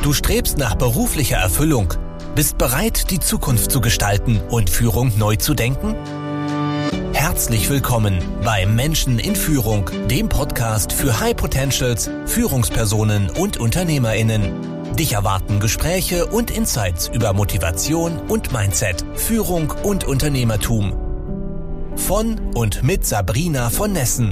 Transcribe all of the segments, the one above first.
Du strebst nach beruflicher Erfüllung, bist bereit, die Zukunft zu gestalten und Führung neu zu denken? Herzlich willkommen bei Menschen in Führung, dem Podcast für High Potentials, Führungspersonen und UnternehmerInnen. Dich erwarten Gespräche und Insights über Motivation und Mindset, Führung und Unternehmertum. Von und mit Sabrina von Nessen.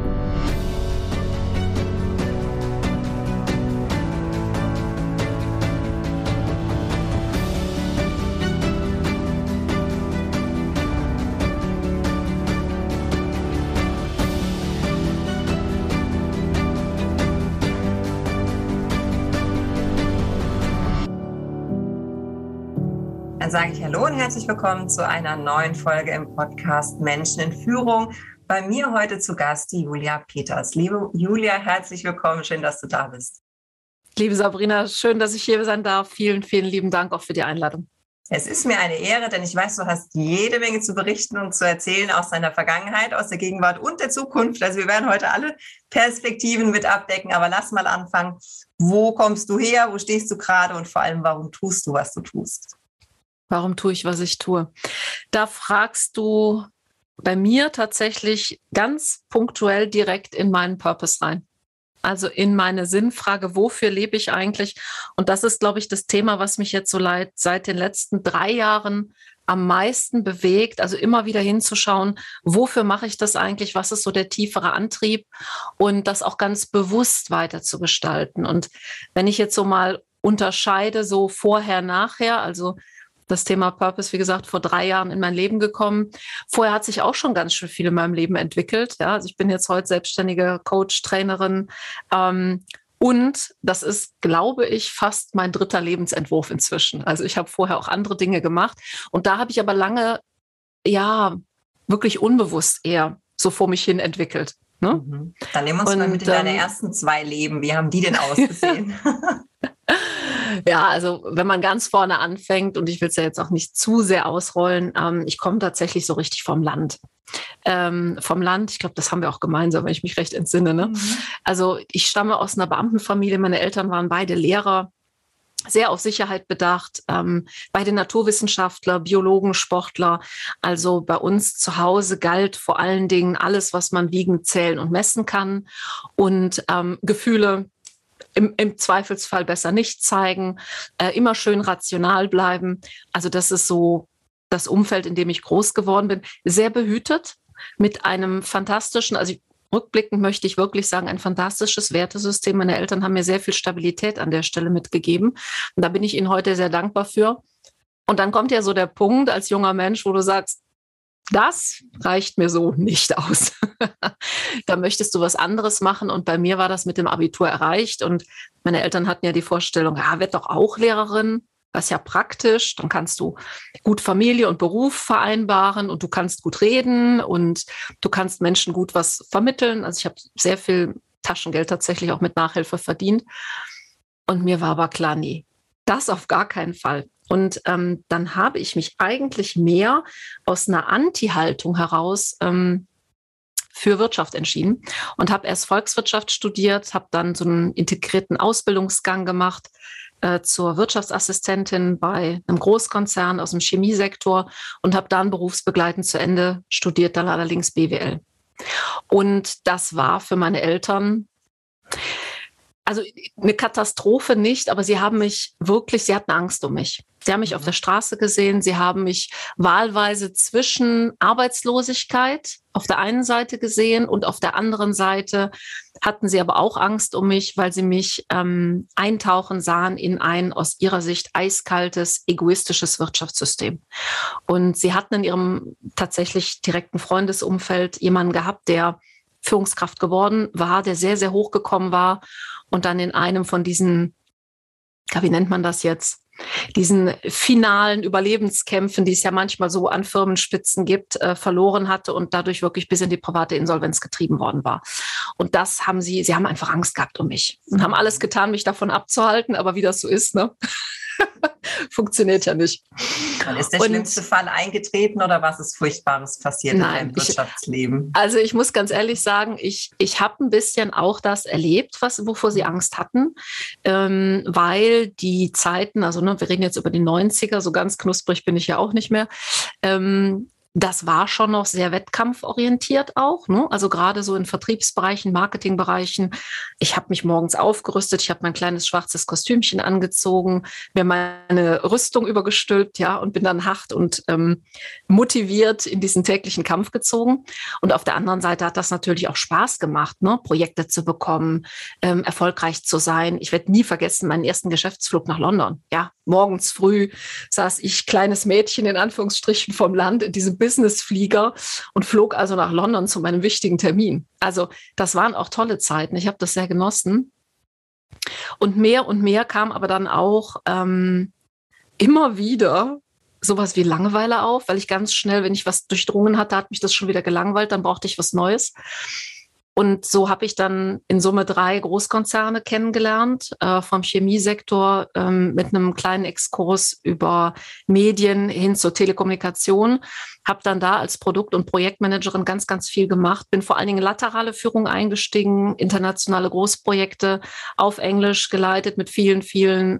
Dann sage ich Hallo und herzlich willkommen zu einer neuen Folge im Podcast Menschen in Führung. Bei mir heute zu Gast die Julia Peters. Liebe Julia, herzlich willkommen. Schön, dass du da bist. Liebe Sabrina, schön, dass ich hier sein darf. Vielen, vielen lieben Dank auch für die Einladung. Es ist mir eine Ehre, denn ich weiß, du hast jede Menge zu berichten und zu erzählen aus deiner Vergangenheit, aus der Gegenwart und der Zukunft. Also wir werden heute alle Perspektiven mit abdecken, aber lass mal anfangen. Wo kommst du her? Wo stehst du gerade? Und vor allem, warum tust du, was du tust? Warum tue ich, was ich tue? Da fragst du bei mir tatsächlich ganz punktuell direkt in meinen Purpose rein. Also in meine Sinnfrage, wofür lebe ich eigentlich? Und das ist, glaube ich, das Thema, was mich jetzt so seit den letzten 3 Jahren am meisten bewegt. Also immer wieder hinzuschauen, wofür mache ich das eigentlich? Was ist so der tiefere Antrieb? Und das auch ganz bewusst weiter zu gestalten. Und wenn ich jetzt so mal unterscheide, so vorher, nachher, also das Thema Purpose, wie gesagt, vor 3 Jahren in mein Leben gekommen. Vorher hat sich auch schon ganz schön viel in meinem Leben entwickelt. Ja, also ich bin jetzt heute selbstständige Coach, Trainerin. Und das ist, glaube ich, fast mein 3. Lebensentwurf inzwischen. Also ich habe vorher auch andere Dinge gemacht. Und da habe ich aber lange, ja, wirklich unbewusst eher so vor mich hin entwickelt. Ne? Dann nehmen wir uns mal mit in deine ersten 2 Leben. Wie haben die denn ausgesehen? Ja, also wenn man ganz vorne anfängt, und ich will es ja jetzt auch nicht zu sehr ausrollen, ich komme tatsächlich so richtig vom Land. Ich glaube, das haben wir auch gemeinsam, wenn ich mich recht entsinne. Ne? Also ich stamme aus einer Beamtenfamilie, meine Eltern waren beide Lehrer, sehr auf Sicherheit bedacht, beide Naturwissenschaftler, Biologen, Sportler. Also bei uns zu Hause galt vor allen Dingen alles, was man wiegen, zählen und messen kann, und Gefühle im Zweifelsfall besser nicht zeigen, immer schön rational bleiben. Also das ist so das Umfeld, in dem ich groß geworden bin. Sehr behütet, mit einem fantastischen, also rückblickend möchte ich wirklich sagen, ein fantastisches Wertesystem. Meine Eltern haben mir sehr viel Stabilität an der Stelle mitgegeben. Und da bin ich ihnen heute sehr dankbar für. Und dann kommt ja so der Punkt als junger Mensch, wo du sagst, das reicht mir so nicht aus. Da möchtest du was anderes machen. Und bei mir war das mit dem Abitur erreicht. Und meine Eltern hatten ja die Vorstellung, ja, werd doch auch Lehrerin. Das ist ja praktisch. Dann kannst du gut Familie und Beruf vereinbaren und du kannst gut reden und du kannst Menschen gut was vermitteln. Also ich habe sehr viel Taschengeld tatsächlich auch mit Nachhilfe verdient. Und mir war aber klar, nee, das auf gar keinen Fall. Und dann habe ich mich eigentlich mehr aus einer Anti-Haltung heraus für Wirtschaft entschieden und habe erst Volkswirtschaft studiert, habe dann so einen integrierten Ausbildungsgang gemacht zur Wirtschaftsassistentin bei einem Großkonzern aus dem Chemiesektor und habe dann berufsbegleitend zu Ende studiert, dann allerdings BWL. Und das war für meine Eltern, also eine Katastrophe nicht, aber sie hatten Angst um mich. Sie haben mich auf der Straße gesehen, sie haben mich wahlweise zwischen Arbeitslosigkeit auf der einen Seite gesehen und auf der anderen Seite hatten sie aber auch Angst um mich, weil sie mich eintauchen sahen in ein aus ihrer Sicht eiskaltes, egoistisches Wirtschaftssystem. Und sie hatten in ihrem tatsächlich direkten Freundesumfeld jemanden gehabt, der Führungskraft geworden war, der sehr, sehr hochgekommen war und dann in einem von diesen, wie nennt man das jetzt, diesen finalen Überlebenskämpfen, die es ja manchmal so an Firmenspitzen gibt, verloren hatte und dadurch wirklich bis in die private Insolvenz getrieben worden war. Und das haben sie haben einfach Angst gehabt um mich und haben alles getan, mich davon abzuhalten, aber wie das so ist, ne? Funktioniert ja nicht. Und ist der schlimmste Fall eingetreten oder was ist Furchtbares passiert in deinem Wirtschaftsleben? Also ich muss ganz ehrlich sagen, ich habe ein bisschen auch das erlebt, wovor sie Angst hatten, weil die Zeiten, also wir reden jetzt über die 90er, so ganz knusprig bin ich ja auch nicht mehr, das war schon noch sehr wettkampforientiert auch, ne? Also gerade so in Vertriebsbereichen, Marketingbereichen. Ich habe mich morgens aufgerüstet, ich habe mein kleines schwarzes Kostümchen angezogen, mir meine Rüstung übergestülpt, ja, und bin dann hart und motiviert in diesen täglichen Kampf gezogen. Und auf der anderen Seite hat das natürlich auch Spaß gemacht, ne? Projekte zu bekommen, erfolgreich zu sein. Ich werde nie vergessen, meinen ersten Geschäftsflug nach London. Ja, morgens früh saß ich, kleines Mädchen in Anführungsstrichen, vom Land in diesem Businessflieger und flog also nach London zu meinem wichtigen Termin. Also das waren auch tolle Zeiten. Ich habe das sehr genossen. Und mehr kam aber dann auch immer wieder sowas wie Langeweile auf, weil ich ganz schnell, wenn ich was durchdrungen hatte, hat mich das schon wieder gelangweilt, dann brauchte ich was Neues. Und so habe ich dann in Summe 3 Großkonzerne kennengelernt, vom Chemiesektor mit einem kleinen Exkurs über Medien hin zur Telekommunikation. Habe dann da als Produkt- und Projektmanagerin ganz, ganz viel gemacht. Bin vor allen Dingen in laterale Führung eingestiegen, internationale Großprojekte auf Englisch geleitet mit vielen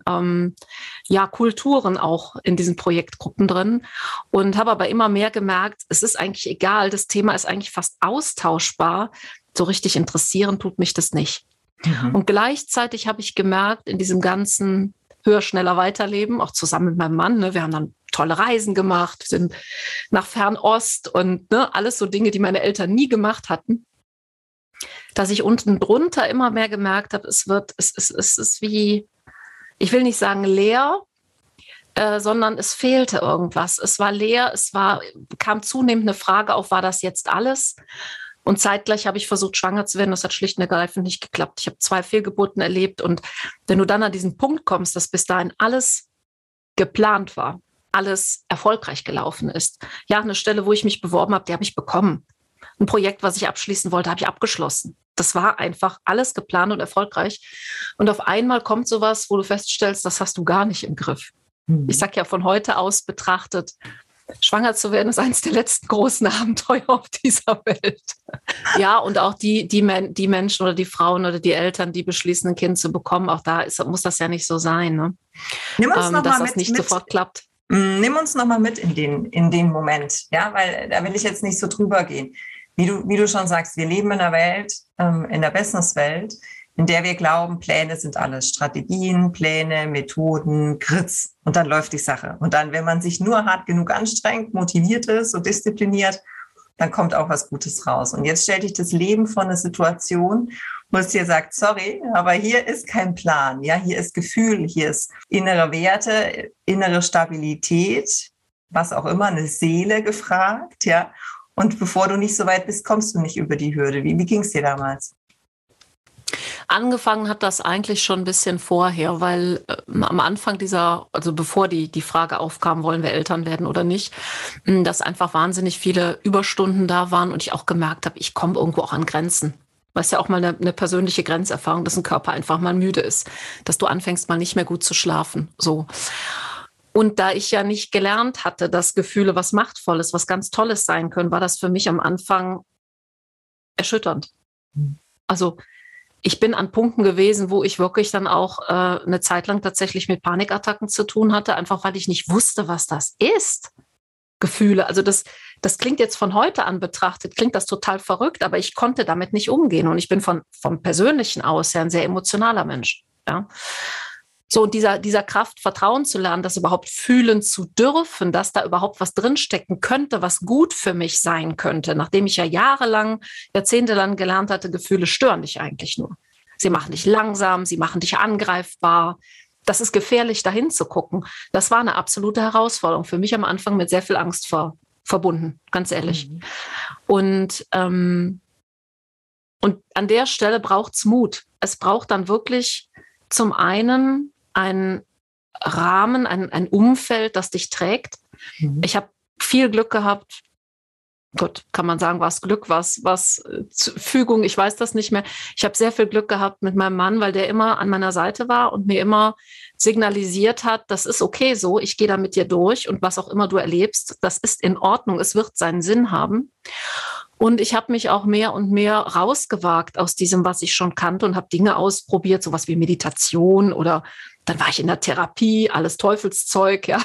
Kulturen auch in diesen Projektgruppen drin. Und habe aber immer mehr gemerkt, es ist eigentlich egal, das Thema ist eigentlich fast austauschbar. So richtig interessieren tut mich das nicht. Mhm. Und gleichzeitig habe ich gemerkt, in diesem ganzen höher, schneller weiterleben, auch zusammen mit meinem Mann, ne, wir haben dann tolle Reisen gemacht, sind nach Fernost und alles so Dinge, die meine Eltern nie gemacht hatten, dass ich unten drunter immer mehr gemerkt habe, es ist wie, ich will nicht sagen leer, sondern es fehlte irgendwas. Es war leer, kam zunehmend eine Frage auf, war das jetzt alles? Und zeitgleich habe ich versucht, schwanger zu werden. Das hat schlicht und ergreifend nicht geklappt. Ich habe 2 Fehlgeburten erlebt. Und wenn du dann an diesen Punkt kommst, dass bis dahin alles geplant war, alles erfolgreich gelaufen ist. Ja, eine Stelle, wo ich mich beworben habe, die habe ich bekommen. Ein Projekt, was ich abschließen wollte, habe ich abgeschlossen. Das war einfach alles geplant und erfolgreich. Und auf einmal kommt sowas, wo du feststellst, das hast du gar nicht im Griff. Ich sage ja von heute aus betrachtet, schwanger zu werden ist eines der letzten großen Abenteuer auf dieser Welt. Ja, und auch die Menschen oder die Frauen oder die Eltern, die beschließen, ein Kind zu bekommen, auch da muss das ja nicht so sein, ne? Nimm uns noch dass mal das nicht sofort klappt. Nimm uns nochmal mit in den Moment, ja, weil da will ich jetzt nicht so drüber gehen. Wie du schon sagst, wir leben in einer Welt, in der Businesswelt, in der wir glauben, Pläne sind alles. Strategien, Pläne, Methoden, Grids. Und dann läuft die Sache. Und dann, wenn man sich nur hart genug anstrengt, motiviert ist und diszipliniert, dann kommt auch was Gutes raus. Und jetzt stellt dich das Leben vor eine Situation, wo es dir sagt, sorry, aber hier ist kein Plan. Ja, hier ist Gefühl, hier ist innere Werte, innere Stabilität, was auch immer, eine Seele gefragt. Ja. Und bevor du nicht so weit bist, kommst du nicht über die Hürde. Wie ging es dir damals? Angefangen hat das eigentlich schon ein bisschen vorher, weil am Anfang also bevor die Frage aufkam, wollen wir Eltern werden oder nicht, dass einfach wahnsinnig viele Überstunden da waren und ich auch gemerkt habe, ich komme irgendwo auch an Grenzen. Das ist ja auch mal eine persönliche Grenzerfahrung, dass ein Körper einfach mal müde ist, dass du anfängst mal nicht mehr gut zu schlafen, so. Und da ich ja nicht gelernt hatte, dass Gefühle was Machtvolles, was ganz Tolles sein können, war das für mich am Anfang erschütternd. Also ich bin an Punkten gewesen, wo ich wirklich dann auch eine Zeit lang tatsächlich mit Panikattacken zu tun hatte, einfach weil ich nicht wusste, was das ist. Gefühle. Also das klingt jetzt von heute an betrachtet, klingt das total verrückt, aber ich konnte damit nicht umgehen. Und ich bin vom Persönlichen aus ja ein sehr emotionaler Mensch. Ja. So, und dieser Kraft Vertrauen zu lernen, das überhaupt fühlen zu dürfen, dass da überhaupt was drinstecken könnte, was gut für mich sein könnte, nachdem ich ja jahrzehntelang gelernt hatte, Gefühle stören dich eigentlich nur. Sie machen dich langsam, sie machen dich angreifbar. Das ist gefährlich, dahin zu gucken. Das war eine absolute Herausforderung. Für mich am Anfang mit sehr viel Angst verbunden, ganz ehrlich. Mhm. Und an der Stelle braucht es Mut. Es braucht dann wirklich zum einen ein Rahmen, ein Umfeld, das dich trägt. Mhm. Ich habe viel Glück gehabt, Gott, kann man sagen, was Glück, was Fügung, ich weiß das nicht mehr. Ich habe sehr viel Glück gehabt mit meinem Mann, weil der immer an meiner Seite war und mir immer signalisiert hat, das ist okay so, ich gehe da mit dir durch und was auch immer du erlebst, das ist in Ordnung, es wird seinen Sinn haben. Und ich habe mich auch mehr und mehr rausgewagt aus diesem, was ich schon kannte und habe Dinge ausprobiert, sowas wie Meditation oder dann war ich in der Therapie, alles Teufelszeug, ja.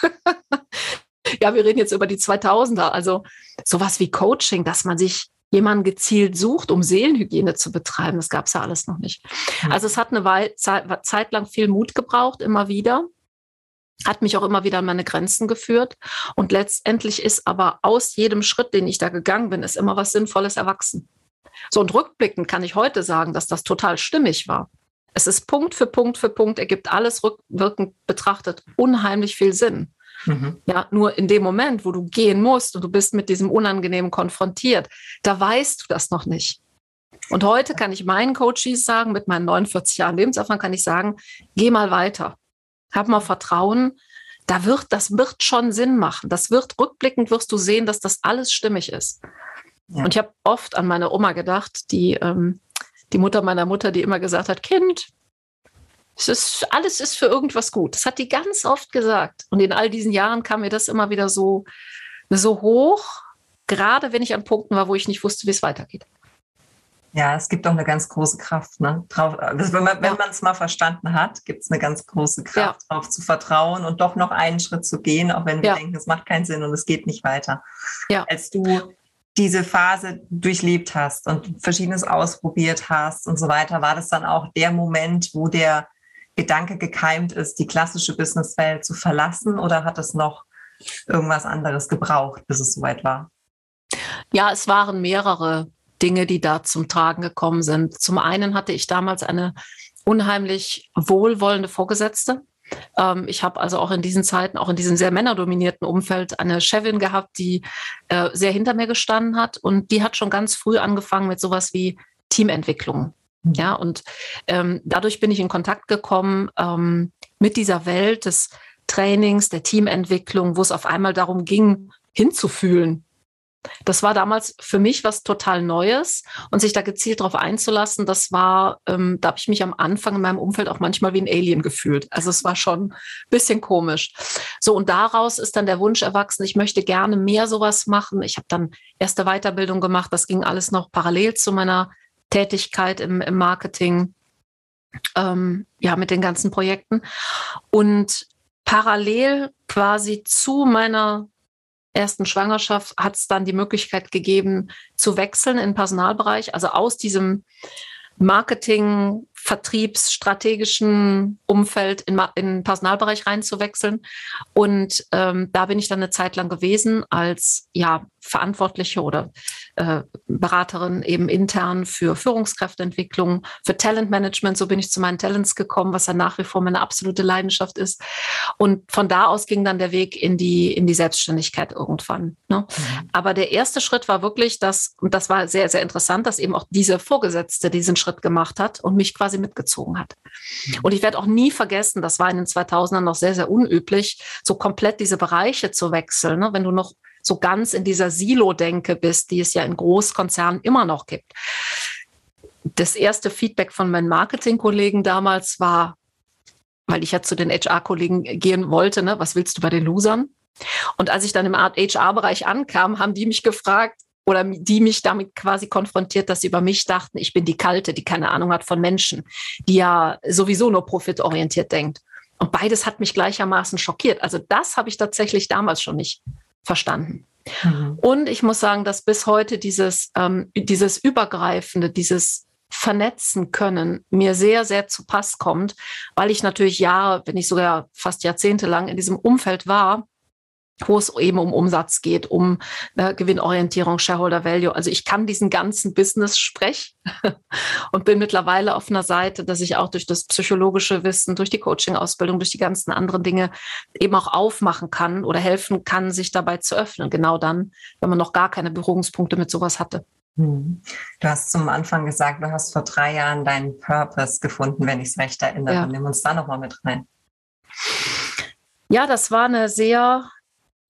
Ja, wir reden jetzt über die 2000er, also sowas wie Coaching, dass man sich jemanden gezielt sucht, um Seelenhygiene zu betreiben, das gab es ja alles noch nicht. Also es hat eine Zeit lang viel Mut gebraucht, immer wieder, hat mich auch immer wieder an meine Grenzen geführt und letztendlich ist aber aus jedem Schritt, den ich da gegangen bin, ist immer was Sinnvolles erwachsen. So und rückblickend kann ich heute sagen, dass das total stimmig war. Es ist Punkt für Punkt für Punkt, ergibt alles rückwirkend betrachtet unheimlich viel Sinn. Ja, nur in dem Moment, wo du gehen musst und du bist mit diesem Unangenehmen konfrontiert, da weißt du das noch nicht. Und heute kann ich meinen Coaches sagen, mit meinen 49 Jahren Lebenserfahrung kann ich sagen, geh mal weiter. Hab mal Vertrauen, das wird schon Sinn machen. Rückblickend wirst du sehen, dass das alles stimmig ist. Ja. Und ich habe oft an meine Oma gedacht, die Mutter meiner Mutter, die immer gesagt hat, Kind, alles ist für irgendwas gut. Das hat die ganz oft gesagt. Und in all diesen Jahren kam mir das immer wieder so hoch, gerade wenn ich an Punkten war, wo ich nicht wusste, wie es weitergeht. Ja, es gibt auch eine ganz große Kraft. Ne? Wenn man es mal verstanden hat, gibt es eine ganz große Kraft, darauf zu vertrauen und doch noch einen Schritt zu gehen, auch wenn wir denken, es macht keinen Sinn und es geht nicht weiter. Ja. Als du diese Phase durchlebt hast und Verschiedenes ausprobiert hast und so weiter, war das dann auch der Moment, wo der Gedanke gekeimt ist, die klassische Businesswelt zu verlassen, oder hat es noch irgendwas anderes gebraucht, bis es soweit war? Ja, es waren mehrere Dinge, die da zum Tragen gekommen sind. Zum einen hatte ich damals eine unheimlich wohlwollende Vorgesetzte. Ich habe also auch in diesen Zeiten, auch in diesem sehr männerdominierten Umfeld, eine Chefin gehabt, die sehr hinter mir gestanden hat, und die hat schon ganz früh angefangen mit sowas wie Teamentwicklung. Ja, und dadurch bin ich in Kontakt gekommen mit dieser Welt des Trainings, der Teamentwicklung, wo es auf einmal darum ging, hinzufühlen. Das war damals für mich was total Neues, und sich da gezielt darauf einzulassen, das war, da habe ich mich am Anfang in meinem Umfeld auch manchmal wie ein Alien gefühlt. Also es war schon ein bisschen komisch. So, und daraus ist dann der Wunsch erwachsen, ich möchte gerne mehr sowas machen. Ich habe dann erste Weiterbildung gemacht, das ging alles noch parallel zu meiner Tätigkeit im Marketing, mit den ganzen Projekten. Und parallel quasi zu meiner ersten Schwangerschaft hat es dann die Möglichkeit gegeben, zu wechseln in den Personalbereich, also aus diesem Marketing, vertriebsstrategischen Umfeld in den Personalbereich reinzuwechseln. Und da bin ich dann eine Zeit lang gewesen als Verantwortliche oder Beraterin eben intern für Führungskräfteentwicklung, für Talentmanagement. So bin ich zu meinen Talents gekommen, was ja nach wie vor meine absolute Leidenschaft ist. Und von da aus ging dann der Weg in die Selbstständigkeit irgendwann. Ne? Mhm. Aber der erste Schritt war wirklich und das war sehr, sehr interessant, dass eben auch diese Vorgesetzte diesen Schritt gemacht hat und mich quasi mitgezogen hat. Mhm. Und ich werde auch nie vergessen, das war in den 2000ern noch sehr, sehr unüblich, so komplett diese Bereiche zu wechseln, ne? Wenn du noch so ganz in dieser Silo-Denke bist, die es ja in Großkonzernen immer noch gibt. Das erste Feedback von meinen Marketingkollegen damals war, weil ich ja zu den HR-Kollegen gehen wollte, ne, was willst du bei den Losern? Und als ich dann im HR-Bereich ankam, haben die mich gefragt, oder die mich damit quasi konfrontiert, dass sie über mich dachten, ich bin die Kalte, die keine Ahnung hat von Menschen, die ja sowieso nur profitorientiert denkt. Und beides hat mich gleichermaßen schockiert. Also das habe ich tatsächlich damals schon nicht verstanden. Mhm. Und ich muss sagen, dass bis heute dieses Übergreifende, dieses Vernetzen können mir sehr, sehr zu Pass kommt, weil ich natürlich Jahre, wenn nicht sogar fast Jahrzehnte lang in diesem Umfeld war, wo es eben um Umsatz geht, um Gewinnorientierung, Shareholder Value. Also ich kann diesen ganzen Business-Sprech und bin mittlerweile auf einer Seite, dass ich auch durch das psychologische Wissen, durch die Coaching-Ausbildung, durch die ganzen anderen Dinge eben auch aufmachen kann oder helfen kann, sich dabei zu öffnen. Genau dann, wenn man noch gar keine Berührungspunkte mit sowas hatte. Du hast zum Anfang gesagt, du hast vor 3 Jahren deinen Purpose gefunden, wenn ich es recht erinnere. Ja. Nimm uns da nochmal mit rein. Ja, das war eine sehr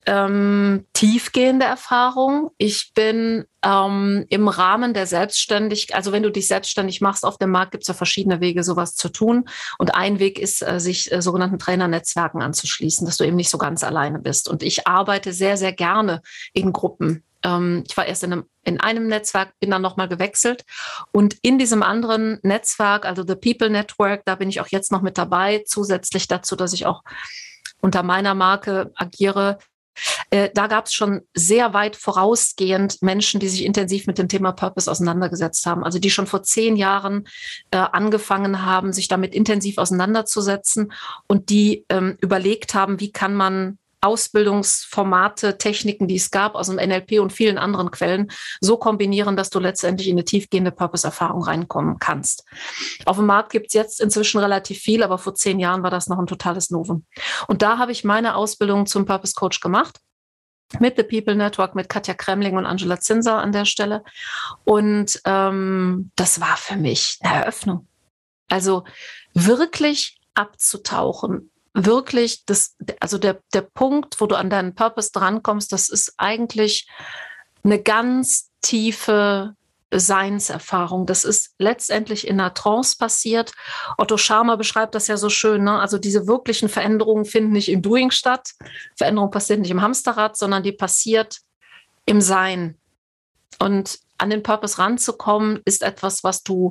tiefgehende Erfahrung. Ich bin im Rahmen der Selbstständigkeit, also wenn du dich selbstständig machst auf dem Markt, gibt es ja verschiedene Wege, sowas zu tun. Und ein Weg ist, sich sogenannten Trainernetzwerken anzuschließen, dass du eben nicht so ganz alleine bist. Und ich arbeite sehr, sehr gerne in Gruppen. Ich war erst in einem Netzwerk, bin dann nochmal gewechselt. Und in diesem anderen Netzwerk, also The People Network, da bin ich auch jetzt noch mit dabei, zusätzlich dazu, dass ich auch unter meiner Marke agiere. Da gab es schon sehr weit vorausgehend Menschen, die sich intensiv mit dem Thema Purpose auseinandergesetzt haben. Also die schon vor 10 Jahren angefangen haben, sich damit intensiv auseinanderzusetzen und die überlegt haben, wie kann man Ausbildungsformate, Techniken, die es gab aus dem NLP und vielen anderen Quellen, so kombinieren, dass du letztendlich in eine tiefgehende Purpose-Erfahrung reinkommen kannst. Auf dem Markt gibt es jetzt inzwischen relativ viel, aber vor 10 Jahren war das noch ein totales Novum. Und da habe ich meine Ausbildung zum Purpose Coach gemacht, mit The People Network, mit Katja Kremling und Angela Zinser an der Stelle. Und das war für mich eine Eröffnung. Also wirklich abzutauchen, wirklich, also der Punkt, wo du an deinen Purpose drankommst, das ist eigentlich eine ganz tiefe Seinserfahrung. Das ist letztendlich in einer Trance passiert. Otto Scharmer beschreibt das ja so schön, ne? Also diese wirklichen Veränderungen finden nicht im Doing statt. Veränderung passiert nicht im Hamsterrad, sondern die passiert im Sein. Und an den Purpose ranzukommen, ist etwas,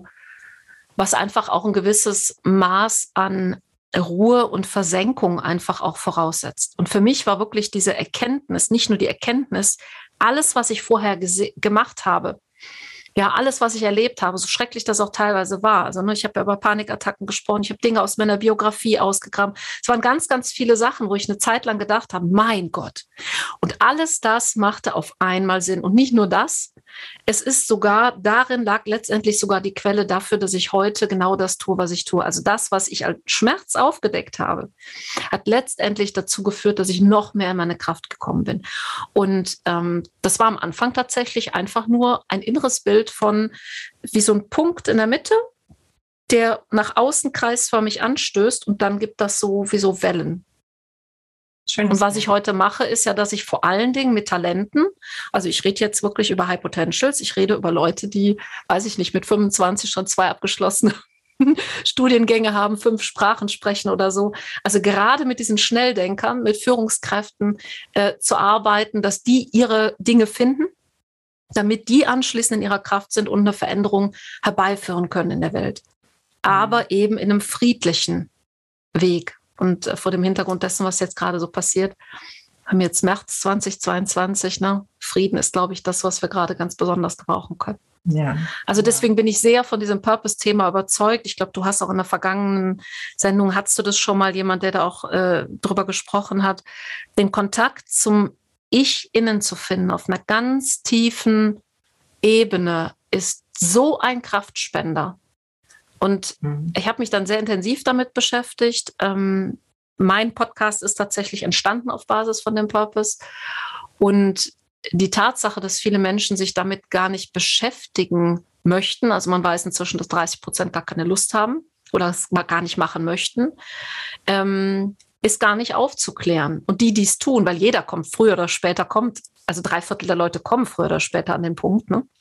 was einfach auch ein gewisses Maß an Ruhe und Versenkung einfach auch voraussetzt. Und für mich war wirklich diese Erkenntnis, nicht nur die Erkenntnis, alles, was ich vorher gemacht habe, ja, alles, was ich erlebt habe, so schrecklich das auch teilweise war. Also ich habe ja über Panikattacken gesprochen, ich habe Dinge aus meiner Biografie ausgegraben. Es waren ganz, ganz viele Sachen, wo ich eine Zeit lang gedacht habe, mein Gott. Und alles das machte auf einmal Sinn. Und nicht nur das, es ist sogar, darin lag letztendlich sogar die Quelle dafür, dass ich heute genau das tue, was ich tue. Also das, was ich als Schmerz aufgedeckt habe, hat letztendlich dazu geführt, dass ich noch mehr in meine Kraft gekommen bin. Und das war am Anfang tatsächlich einfach nur ein inneres Bild von wie so ein Punkt in der Mitte, der nach außen kreisförmig anstößt und dann gibt das so wie so Wellen. Schön. Und was ich heute mache, ist ja, dass ich vor allen Dingen mit Talenten, also ich rede jetzt wirklich über High Potentials, ich rede über Leute, die, weiß ich nicht, mit 25 schon 2 abgeschlossene Studiengänge haben, 5 Sprachen sprechen oder so. Also gerade mit diesen Schnelldenkern, mit Führungskräften zu arbeiten, dass die ihre Dinge finden, damit die anschließend in ihrer Kraft sind und eine Veränderung herbeiführen können in der Welt. Aber eben in einem friedlichen Weg. Und vor dem Hintergrund dessen, was jetzt gerade so passiert, haben wir jetzt März 2022. Ne? Frieden ist, glaube ich, das, was wir gerade ganz besonders brauchen können. Ja. Also deswegen bin ich sehr von diesem Purpose-Thema überzeugt. Ich glaube, du hast auch in der vergangenen Sendung, hattest du das schon mal, jemand, der da auch drüber gesprochen hat, den Kontakt zum Ich innen zu finden, auf einer ganz tiefen Ebene, ist so ein Kraftspender. Und ich habe mich dann sehr intensiv damit beschäftigt. Mein Podcast ist tatsächlich entstanden auf Basis von dem Purpose. Und die Tatsache, dass viele Menschen sich damit gar nicht beschäftigen möchten, also man weiß inzwischen, dass 30% gar keine Lust haben oder es gar nicht machen möchten, ist gar nicht aufzuklären. Und die es tun, weil jeder kommt, früher oder später kommt, also 3/4 der Leute kommen früher oder später an den Punkt, ne?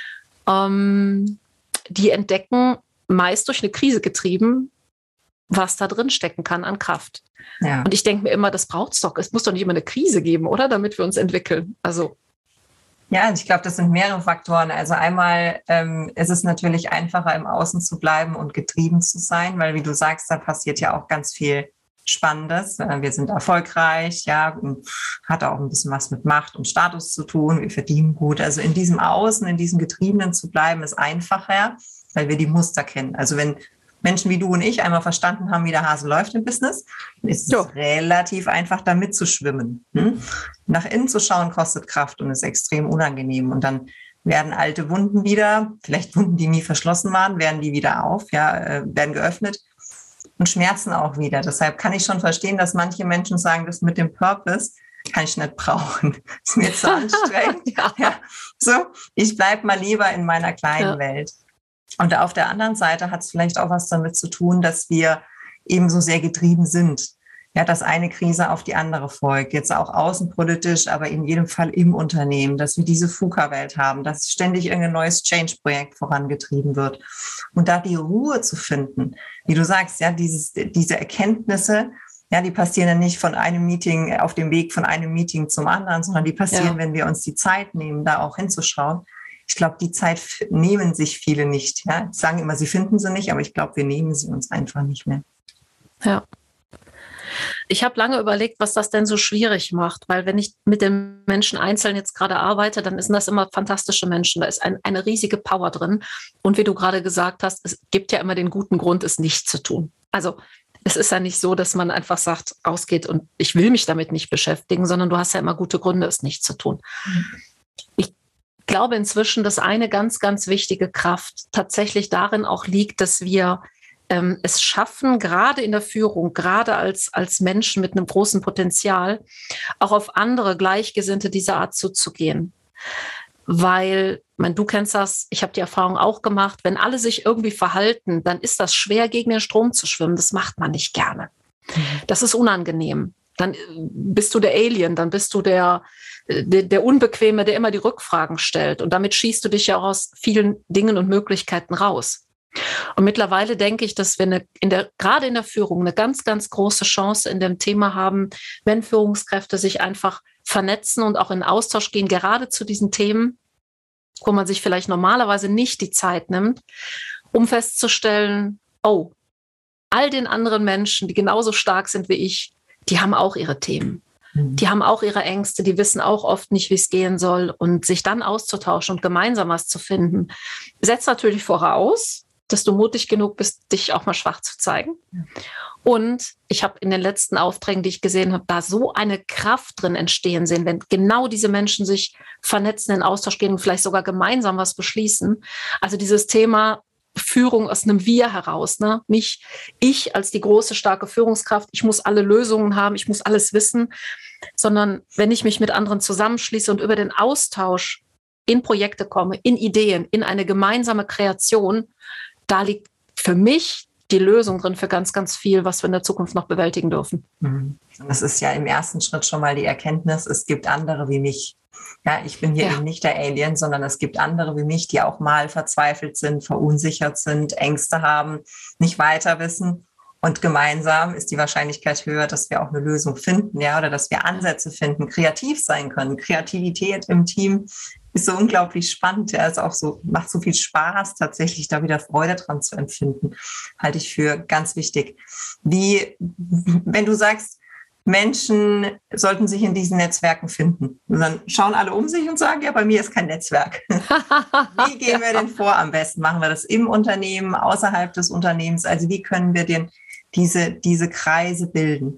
Die entdecken, meist durch eine Krise getrieben, was da drin stecken kann an Kraft. Ja. Und ich denke mir immer, das braucht's doch. Es muss doch nicht immer eine Krise geben, oder? Damit wir uns entwickeln. Also. Ja, ich glaube, das sind mehrere Faktoren. Also einmal ist es natürlich einfacher, im Außen zu bleiben und getrieben zu sein, weil, wie du sagst, da passiert ja auch ganz viel Spannendes. Wir sind erfolgreich, ja, hat auch ein bisschen was mit Macht und Status zu tun. Wir verdienen gut. Also in diesem Außen, in diesem Getriebenen zu bleiben, ist einfacher, weil wir die Muster kennen. Also wenn Menschen wie du und ich einmal verstanden haben, wie der Hase läuft im Business, ist es relativ einfach, da mitzuschwimmen. Nach innen zu schauen, kostet Kraft und ist extrem unangenehm. Und dann werden alte Wunden wieder, vielleicht Wunden, die nie verschlossen waren, werden die wieder auf, ja, werden geöffnet und schmerzen auch wieder. Deshalb kann ich schon verstehen, dass manche Menschen sagen, das mit dem Purpose kann ich nicht brauchen. Ist mir zu anstrengend. Ja. So, ich bleibe mal lieber in meiner kleinen Welt. Und auf der anderen Seite hat es vielleicht auch was damit zu tun, dass wir eben so sehr getrieben sind. ja, dass eine Krise auf die andere folgt, jetzt auch außenpolitisch, aber in jedem Fall im Unternehmen, dass wir diese VUCA-Welt haben, dass ständig irgendein neues Change-Projekt vorangetrieben wird. Und da die Ruhe zu finden, wie du sagst, ja, diese Erkenntnisse, ja, die passieren ja nicht von einem Meeting, auf dem Weg von einem Meeting zum anderen, sondern die passieren, wenn wir uns die Zeit nehmen, da auch hinzuschauen. Ich glaube, die Zeit nehmen sich viele nicht. Ja? Sie sagen immer, sie finden sie nicht, aber ich glaube, wir nehmen sie uns einfach nicht mehr. Ja. Ich habe lange überlegt, was das denn so schwierig macht, weil wenn ich mit den Menschen einzeln jetzt gerade arbeite, dann sind das immer fantastische Menschen. Da ist eine riesige Power drin. Und wie du gerade gesagt hast, es gibt ja immer den guten Grund, es nicht zu tun. Also es ist ja nicht so, dass man einfach sagt, ausgeht und ich will mich damit nicht beschäftigen, sondern du hast ja immer gute Gründe, es nicht zu tun. Ich glaube inzwischen, dass eine ganz, ganz wichtige Kraft tatsächlich darin auch liegt, dass wir es schaffen, gerade in der Führung, gerade als Menschen mit einem großen Potenzial, auch auf andere Gleichgesinnte dieser Art zuzugehen. Weil, du kennst das, ich habe die Erfahrung auch gemacht, wenn alle sich irgendwie verhalten, dann ist das schwer, gegen den Strom zu schwimmen. Das macht man nicht gerne. Das ist unangenehm. Dann bist du der Alien, dann bist du der Unbequeme, der immer die Rückfragen stellt. Und damit schießt du dich ja auch aus vielen Dingen und Möglichkeiten raus. Und mittlerweile denke ich, dass wir gerade in der Führung eine ganz, ganz große Chance in dem Thema haben, wenn Führungskräfte sich einfach vernetzen und auch in Austausch gehen, gerade zu diesen Themen, wo man sich vielleicht normalerweise nicht die Zeit nimmt, um festzustellen, oh, all den anderen Menschen, die genauso stark sind wie ich, die haben auch ihre Themen. Die haben auch ihre Ängste, die wissen auch oft nicht, wie es gehen soll. Und sich dann auszutauschen und gemeinsam was zu finden, setzt natürlich voraus, dass du mutig genug bist, dich auch mal schwach zu zeigen. Und ich habe in den letzten Aufträgen, die ich gesehen habe, da so eine Kraft drin entstehen sehen, wenn genau diese Menschen sich vernetzen, in Austausch gehen und vielleicht sogar gemeinsam was beschließen. Also dieses Thema Führung aus einem Wir heraus, ne? Nicht ich als die große, starke Führungskraft, ich muss alle Lösungen haben, ich muss alles wissen, sondern wenn ich mich mit anderen zusammenschließe und über den Austausch in Projekte komme, in Ideen, in eine gemeinsame Kreation, da liegt für mich die Lösung drin für ganz, ganz viel, was wir in der Zukunft noch bewältigen dürfen. Das ist ja im ersten Schritt schon mal die Erkenntnis, es gibt andere wie mich. Ja, ich bin hier eben nicht der Alien, sondern es gibt andere wie mich, die auch mal verzweifelt sind, verunsichert sind, Ängste haben, nicht weiter wissen. Und gemeinsam ist die Wahrscheinlichkeit höher, dass wir auch eine Lösung finden, ja, oder dass wir Ansätze finden, kreativ sein können. Kreativität im Team ist so unglaublich spannend. Ja, ist auch so, macht so viel Spaß, tatsächlich da wieder Freude dran zu empfinden. Halte ich für ganz wichtig. Wenn du sagst, Menschen sollten sich in diesen Netzwerken finden, und dann schauen alle um sich und sagen, ja, bei mir ist kein Netzwerk. Wie gehen wir denn vor am besten? Machen wir das im Unternehmen, außerhalb des Unternehmens? Also wie können wir denn diese Kreise bilden?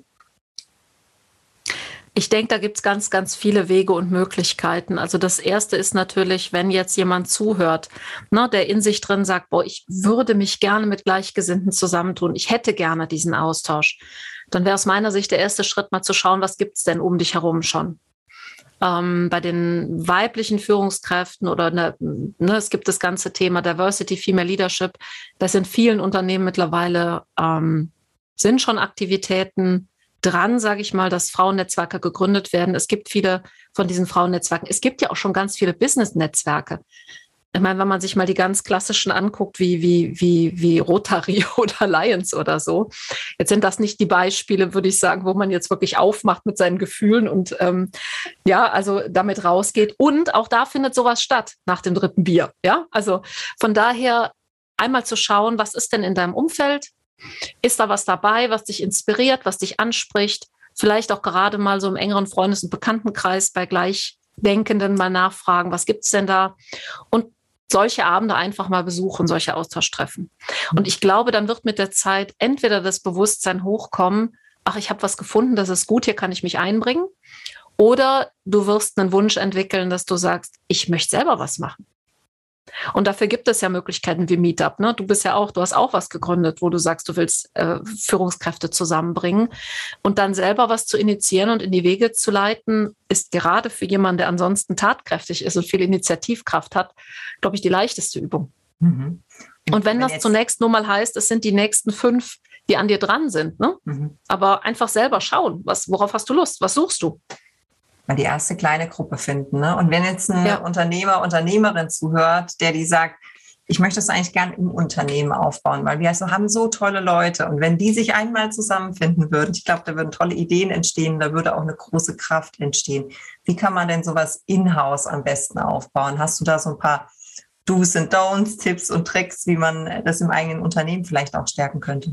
Ich denke, da gibt es ganz, ganz viele Wege und Möglichkeiten. Also das Erste ist natürlich, wenn jetzt jemand zuhört, ne, der in sich drin sagt, boah, ich würde mich gerne mit Gleichgesinnten zusammentun, ich hätte gerne diesen Austausch, dann wäre aus meiner Sicht der erste Schritt mal zu schauen, was gibt es denn um dich herum schon. Bei den weiblichen Führungskräften oder es gibt das ganze Thema Diversity, Female Leadership, das in vielen Unternehmen mittlerweile sind schon Aktivitäten dran, sage ich mal, dass Frauennetzwerke gegründet werden. Es gibt viele von diesen Frauennetzwerken. Es gibt ja auch schon ganz viele Business-Netzwerke. Ich meine, wenn man sich mal die ganz klassischen anguckt, wie Rotary oder Lions oder so, jetzt sind das nicht die Beispiele, würde ich sagen, wo man jetzt wirklich aufmacht mit seinen Gefühlen und also damit rausgeht. Und auch da findet sowas statt nach dem 3. Bier. Ja, also von daher einmal zu schauen, was ist denn in deinem Umfeld? Ist da was dabei, was dich inspiriert, was dich anspricht? Vielleicht auch gerade mal so im engeren Freundes- und Bekanntenkreis bei Gleichdenkenden mal nachfragen, was gibt es denn da? Und solche Abende einfach mal besuchen, solche Austauschtreffen. Und ich glaube, dann wird mit der Zeit entweder das Bewusstsein hochkommen, ach, ich habe was gefunden, das ist gut, hier kann ich mich einbringen. Oder du wirst einen Wunsch entwickeln, dass du sagst, ich möchte selber was machen. Und dafür gibt es ja Möglichkeiten wie Meetup. Ne? Du hast auch was gegründet, wo du sagst, du willst Führungskräfte zusammenbringen. Und dann selber was zu initiieren und in die Wege zu leiten, ist gerade für jemanden, der ansonsten tatkräftig ist und viel Initiativkraft hat, glaube ich, die leichteste Übung. Und wenn das zunächst nur mal heißt, es sind die nächsten 5 die an dir dran sind. Ne? Aber einfach selber schauen, worauf hast du Lust, was suchst du? Mal die erste kleine Gruppe finden. Ne? Und wenn jetzt ein Unternehmer, Unternehmerin zuhört, die sagt, ich möchte das eigentlich gern im Unternehmen aufbauen, weil wir haben so tolle Leute. Und wenn die sich einmal zusammenfinden würden, ich glaube, da würden tolle Ideen entstehen, da würde auch eine große Kraft entstehen. Wie kann man denn sowas in-house am besten aufbauen? Hast du da so ein paar Do's and Don'ts, Tipps und Tricks, wie man das im eigenen Unternehmen vielleicht auch stärken könnte?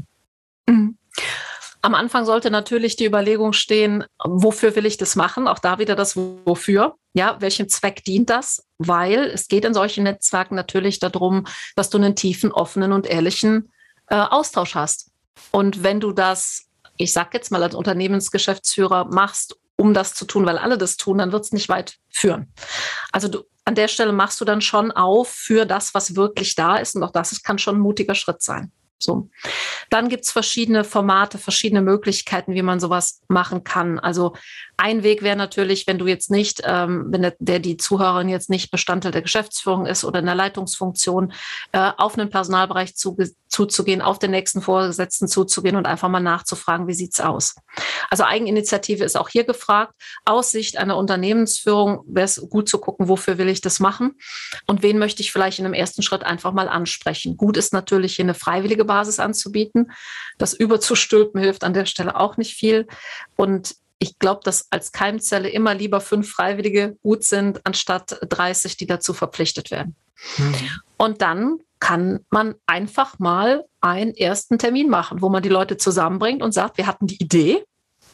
Am Anfang sollte natürlich die Überlegung stehen, wofür will ich das machen? Auch da wieder das Wofür. Ja, welchem Zweck dient das? Weil es geht in solchen Netzwerken natürlich darum, dass du einen tiefen, offenen und ehrlichen Austausch hast. Und wenn du das, ich sag jetzt mal als Unternehmensgeschäftsführer, machst, um das zu tun, weil alle das tun, dann wird es nicht weit führen. Also an der Stelle machst du dann schon auf für das, was wirklich da ist. Und auch das kann schon ein mutiger Schritt sein. So. Dann gibt es verschiedene Formate, verschiedene Möglichkeiten, wie man sowas machen kann. Also ein Weg wäre natürlich, wenn du jetzt nicht, wenn die Zuhörerin jetzt nicht Bestandteil der Geschäftsführung ist oder in der Leitungsfunktion, auf einen Personalbereich zuzugehen, auf den nächsten Vorgesetzten zuzugehen und einfach mal nachzufragen, wie sieht's aus. Also Eigeninitiative ist auch hier gefragt. Aus Sicht einer Unternehmensführung wäre es gut zu gucken, wofür will ich das machen und wen möchte ich vielleicht in einem ersten Schritt einfach mal ansprechen. Gut ist natürlich, hier eine freiwillige Basis anzubieten. Das überzustülpen hilft an der Stelle auch nicht viel. Und ich glaube, dass als Keimzelle immer lieber 5 Freiwillige gut sind, anstatt 30, die dazu verpflichtet werden. Und dann kann man einfach mal einen ersten Termin machen, wo man die Leute zusammenbringt und sagt, wir hatten die Idee.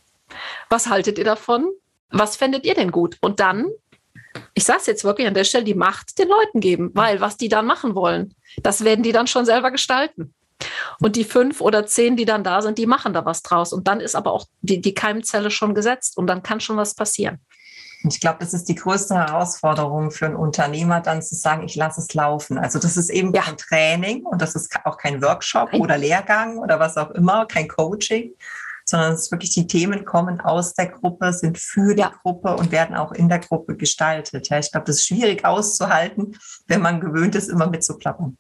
Was haltet ihr davon? Was fändet ihr denn gut? Und dann, ich sage es jetzt wirklich an der Stelle, die Macht den Leuten geben, weil was die dann machen wollen, das werden die dann schon selber gestalten. Und die 5 oder 10, die dann da sind, die machen da was draus. Und dann ist aber auch die Keimzelle schon gesetzt und dann kann schon was passieren. Ich glaube, das ist die größte Herausforderung für einen Unternehmer, dann zu sagen, ich lasse es laufen. Also das ist eben kein Training und das ist auch kein Workshop oder Lehrgang oder was auch immer, kein Coaching, sondern es ist wirklich, die Themen kommen aus der Gruppe, sind für die Gruppe und werden auch in der Gruppe gestaltet. Ja, ich glaube, das ist schwierig auszuhalten, wenn man gewöhnt ist, immer mitzuplappern.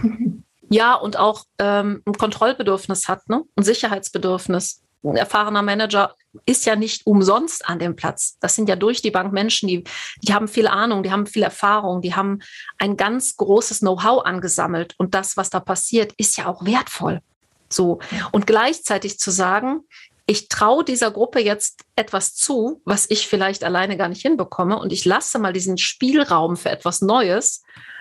Ja, und auch ein Kontrollbedürfnis hat, ne? Ein Sicherheitsbedürfnis. Ein erfahrener Manager ist ja nicht umsonst an dem Platz. Das sind ja durch die Bank Menschen, die haben viel Ahnung, die haben viel Erfahrung, die haben ein ganz großes Know-how angesammelt. Und das, was da passiert, ist ja auch wertvoll. So. Und gleichzeitig zu sagen, ich traue dieser Gruppe jetzt etwas zu, was ich vielleicht alleine gar nicht hinbekomme. Und ich lasse mal diesen Spielraum für etwas Neues.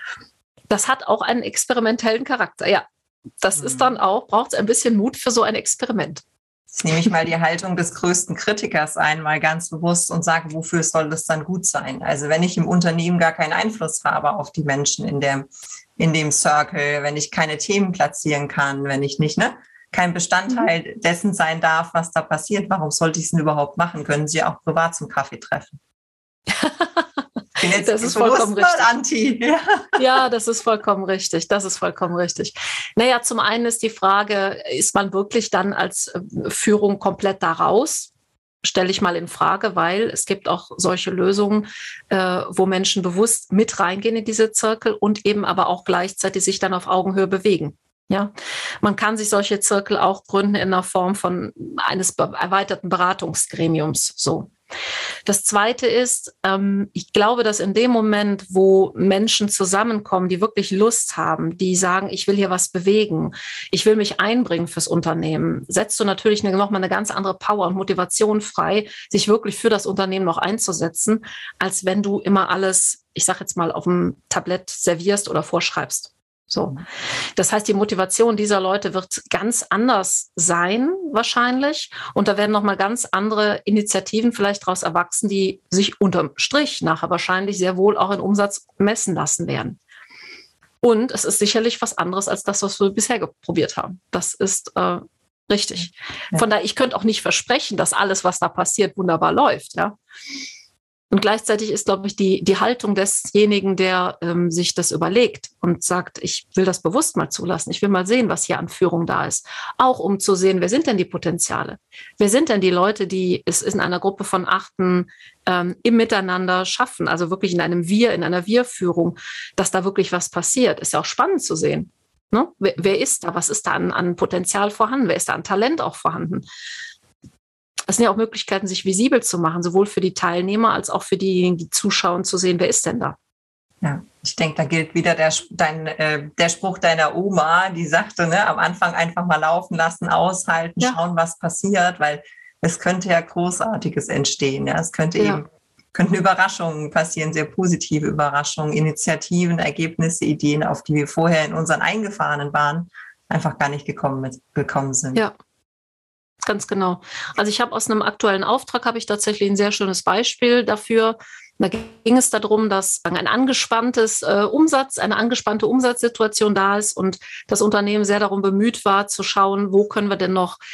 Das hat auch einen experimentellen Charakter. Ja, das ist dann auch, braucht es ein bisschen Mut für so ein Experiment. Jetzt nehme ich mal die Haltung des größten Kritikers ein, mal ganz bewusst und sage, wofür soll das dann gut sein? Also wenn ich im Unternehmen gar keinen Einfluss habe auf die Menschen in dem Circle, wenn ich keine Themen platzieren kann, wenn ich nicht, kein Bestandteil dessen sein darf, was da passiert, warum sollte ich es denn überhaupt machen? Können Sie auch privat zum Kaffee treffen? Ich bin jetzt das ist vollkommen richtig. Anti. Ja, das ist vollkommen richtig. Das ist vollkommen richtig. Naja, zum einen ist die Frage, ist man wirklich dann als Führung komplett da raus? Stelle ich mal in Frage, weil es gibt auch solche Lösungen, wo Menschen bewusst mit reingehen in diese Zirkel und eben aber auch gleichzeitig sich dann auf Augenhöhe bewegen. Ja, man kann sich solche Zirkel auch gründen in der Form von eines erweiterten Beratungsgremiums, so. Das Zweite ist, ich glaube, dass in dem Moment, wo Menschen zusammenkommen, die wirklich Lust haben, die sagen, ich will hier was bewegen, ich will mich einbringen fürs Unternehmen, setzt du natürlich nochmal eine ganz andere Power und Motivation frei, sich wirklich für das Unternehmen noch einzusetzen, als wenn du immer alles, ich sage jetzt mal, auf dem Tablett servierst oder vorschreibst. So. Das heißt, die Motivation dieser Leute wird ganz anders sein, wahrscheinlich. Und da werden nochmal ganz andere Initiativen vielleicht daraus erwachsen, die sich unterm Strich nachher wahrscheinlich sehr wohl auch in Umsatz messen lassen werden. Und es ist sicherlich was anderes als das, was wir bisher probiert haben. Das ist richtig. Ja. Von daher, ich könnte auch nicht versprechen, dass alles, was da passiert, wunderbar läuft, ja. Und gleichzeitig ist, glaube ich, die Haltung desjenigen, der sich das überlegt und sagt, ich will das bewusst mal zulassen. Ich will mal sehen, was hier an Führung da ist. Auch um zu sehen, wer sind denn die Potenziale? Wer sind denn die Leute, die es in einer Gruppe von 8 im Miteinander schaffen? Also wirklich in einem Wir, in einer Wir-Führung, dass da wirklich was passiert. Ist ja auch spannend zu sehen. Ne? Wer ist da? Was ist da an Potenzial vorhanden? Wer ist da an Talent auch vorhanden? Das sind ja auch Möglichkeiten, sich visibel zu machen, sowohl für die Teilnehmer als auch für diejenigen, die zuschauen, zu sehen, wer ist denn da? Ja, ich denke, da gilt wieder der Spruch deiner Oma, die sagte, ne, am Anfang einfach mal laufen lassen, aushalten, schauen, was passiert, weil es könnte ja Großartiges entstehen. Ja? Es könnten Überraschungen passieren, sehr positive Überraschungen, Initiativen, Ergebnisse, Ideen, auf die wir vorher in unseren eingefahrenen Bahnen einfach gar nicht gekommen sind. Ja. Ganz genau. Also ich habe aus einem aktuellen Auftrag tatsächlich ein sehr schönes Beispiel dafür. Da ging es darum, dass eine angespannte Umsatzsituation da ist und das Unternehmen sehr darum bemüht war, zu schauen, wie können wir denn noch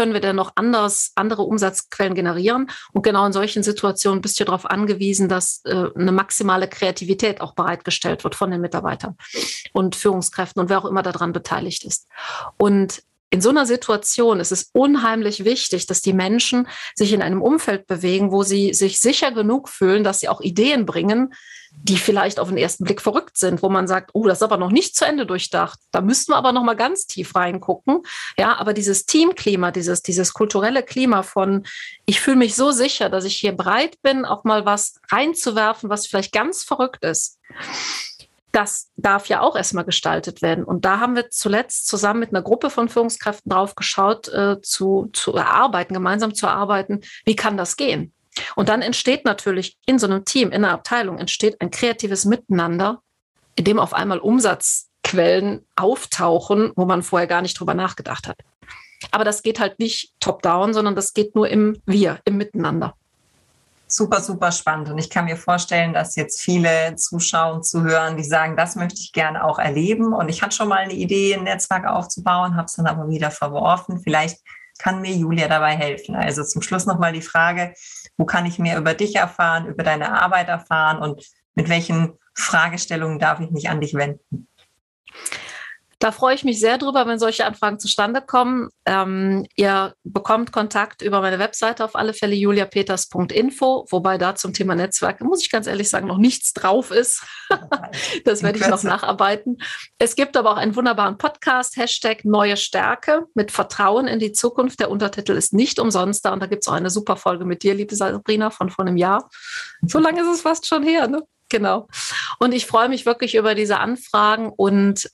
andere Umsatzquellen generieren. Und genau in solchen Situationen bist du darauf angewiesen, dass eine maximale Kreativität auch bereitgestellt wird von den Mitarbeitern und Führungskräften und wer auch immer daran beteiligt ist. Und in so einer Situation ist es unheimlich wichtig, dass die Menschen sich in einem Umfeld bewegen, wo sie sich sicher genug fühlen, dass sie auch Ideen bringen, die vielleicht auf den ersten Blick verrückt sind, wo man sagt, oh, das ist aber noch nicht zu Ende durchdacht. Da müssten wir aber noch mal ganz tief reingucken. Ja, aber dieses Teamklima, dieses kulturelle Klima von, ich fühle mich so sicher, dass ich hier bereit bin, auch mal was reinzuwerfen, was vielleicht ganz verrückt ist. Das darf ja auch erstmal gestaltet werden. Und da haben wir zuletzt zusammen mit einer Gruppe von Führungskräften drauf geschaut, gemeinsam zu erarbeiten, wie kann das gehen? Und dann entsteht natürlich in so einem Team, in einer Abteilung, entsteht ein kreatives Miteinander, in dem auf einmal Umsatzquellen auftauchen, wo man vorher gar nicht drüber nachgedacht hat. Aber das geht halt nicht top-down, sondern das geht nur im Miteinander. Super, super spannend. Und ich kann mir vorstellen, dass jetzt viele zuschauen, zuhören, die sagen, das möchte ich gerne auch erleben. Und ich hatte schon mal eine Idee, ein Netzwerk aufzubauen, habe es dann aber wieder verworfen. Vielleicht kann mir Julia dabei helfen. Also zum Schluss nochmal die Frage, wo kann ich mehr über dich erfahren, über deine Arbeit erfahren und mit welchen Fragestellungen darf ich mich an dich wenden? Da freue ich mich sehr drüber, wenn solche Anfragen zustande kommen. Ihr bekommt Kontakt über meine Webseite auf alle Fälle, juliapeters.info, wobei da zum Thema Netzwerke, muss ich ganz ehrlich sagen, noch nichts drauf ist. Das werde ich noch nacharbeiten. Es gibt aber auch einen wunderbaren Podcast, #Neue Stärke mit Vertrauen in die Zukunft. Der Untertitel ist nicht umsonst da und da gibt es auch eine super Folge mit dir, liebe Sabrina, von vor einem Jahr. So lange ist es fast schon her, ne? Genau. Und ich freue mich wirklich über diese Anfragen und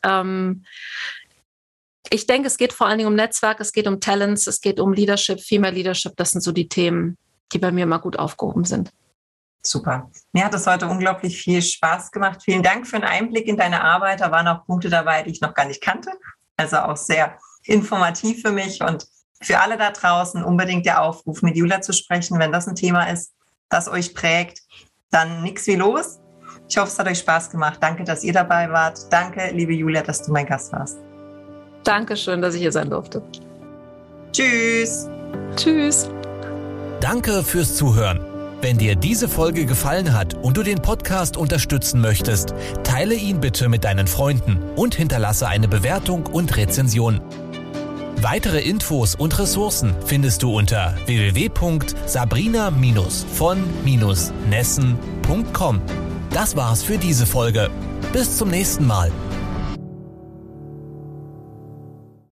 ich denke, es geht vor allen Dingen um Netzwerk, es geht um Talents, es geht um Leadership, Female Leadership. Das sind so die Themen, die bei mir immer gut aufgehoben sind. Super. Mir hat es heute unglaublich viel Spaß gemacht. Vielen Dank für einen Einblick in deine Arbeit. Da waren auch Punkte dabei, die ich noch gar nicht kannte. Also auch sehr informativ für mich und für alle da draußen unbedingt der Aufruf, mit Julia zu sprechen. Wenn das ein Thema ist, das euch prägt, dann nix wie los. Ich hoffe, es hat euch Spaß gemacht. Danke, dass ihr dabei wart. Danke, liebe Julia, dass du mein Gast warst. Dankeschön, dass ich hier sein durfte. Tschüss. Tschüss. Danke fürs Zuhören. Wenn dir diese Folge gefallen hat und du den Podcast unterstützen möchtest, teile ihn bitte mit deinen Freunden und hinterlasse eine Bewertung und Rezension. Weitere Infos und Ressourcen findest du unter www.sabrina-von-nessen.com. Das war's für diese Folge. Bis zum nächsten Mal.